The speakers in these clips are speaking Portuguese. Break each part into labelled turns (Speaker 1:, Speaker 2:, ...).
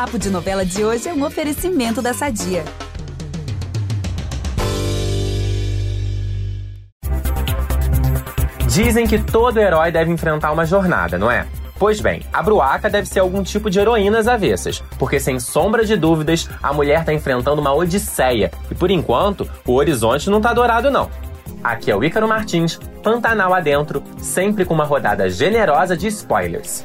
Speaker 1: Papo de Novela de hoje é um oferecimento da Sadia.
Speaker 2: Dizem que todo herói deve enfrentar uma jornada, não é? Pois bem, a Bruaca deve ser algum tipo de heroína às avessas, porque sem sombra de dúvidas, a mulher está enfrentando uma odisseia e, por enquanto, o horizonte não tá dourado não. Aqui é o Ícaro Martins, Pantanal adentro, sempre com uma rodada generosa de spoilers.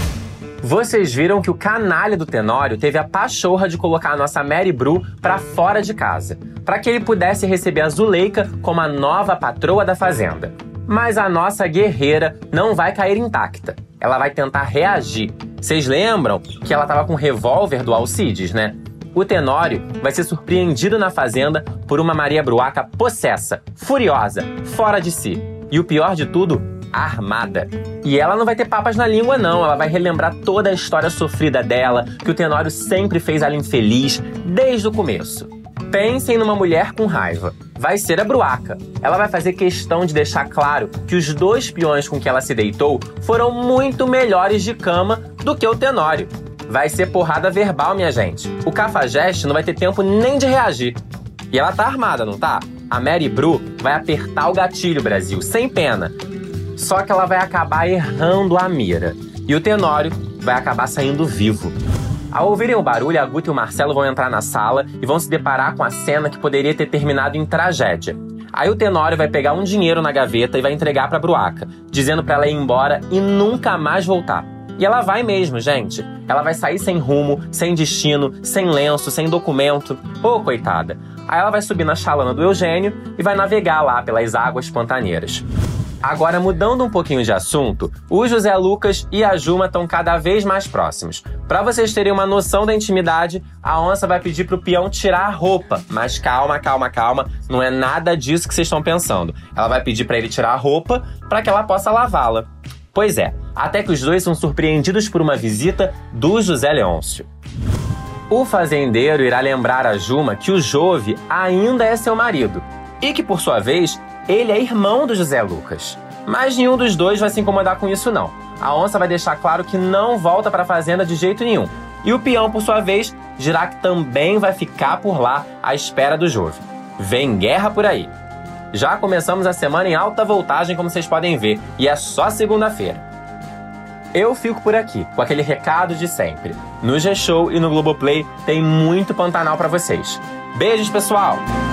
Speaker 2: Vocês viram que o canalha do Tenório teve a pachorra de colocar a nossa Mary Bru pra fora de casa, para que ele pudesse receber a Zuleika como a nova patroa da fazenda. Mas a nossa guerreira não vai cair intacta. Ela vai tentar reagir. Vocês lembram que ela estava com o revólver do Alcides, né? O Tenório vai ser surpreendido na fazenda por uma Maria Bruaca possessa, furiosa, fora de si. E o pior de tudo, armada. E ela não vai ter papas na língua, não. Ela vai relembrar toda a história sofrida dela, que o Tenório sempre fez ela infeliz, desde o começo. Pensem numa mulher com raiva. Vai ser a Bruaca. Ela vai fazer questão de deixar claro que os 2 peões com que ela se deitou foram muito melhores de cama do que o Tenório. Vai ser porrada verbal, minha gente. O Cafajeste não vai ter tempo nem de reagir. E ela tá armada, não tá? A Mary Bru vai apertar o gatilho, Brasil, sem pena. Só que ela vai acabar errando a mira. E o Tenório vai acabar saindo vivo. Ao ouvirem o barulho, a Guta e o Marcelo vão entrar na sala e vão se deparar com a cena que poderia ter terminado em tragédia. Aí o Tenório vai pegar um dinheiro na gaveta e vai entregar pra Bruaca, dizendo pra ela ir embora e nunca mais voltar. E ela vai mesmo, gente. Ela vai sair sem rumo, sem destino, sem lenço, sem documento. Ô, coitada. Aí ela vai subir na chalana do Eugênio e vai navegar lá pelas águas pantaneiras. Agora, mudando um pouquinho de assunto, o José Lucas e a Juma estão cada vez mais próximos. Para vocês terem uma noção da intimidade, a onça vai pedir pro peão tirar a roupa. Mas calma, calma, calma, não é nada disso que vocês estão pensando. Ela vai pedir para ele tirar a roupa para que ela possa lavá-la. Pois é, até que os dois são surpreendidos por uma visita do José Leôncio. O fazendeiro irá lembrar a Juma que o Jove ainda é seu marido e que, por sua vez, ele é irmão do José Lucas. Mas nenhum dos dois vai se incomodar com isso, não. A onça vai deixar claro que não volta para a fazenda de jeito nenhum. E o peão, por sua vez, dirá que também vai ficar por lá à espera do Jove. Vem guerra por aí. Já começamos a semana em alta voltagem, como vocês podem ver, e é só segunda-feira. Eu fico por aqui, com aquele recado de sempre. No G-Show e no Globoplay tem muito Pantanal para vocês. Beijos, pessoal!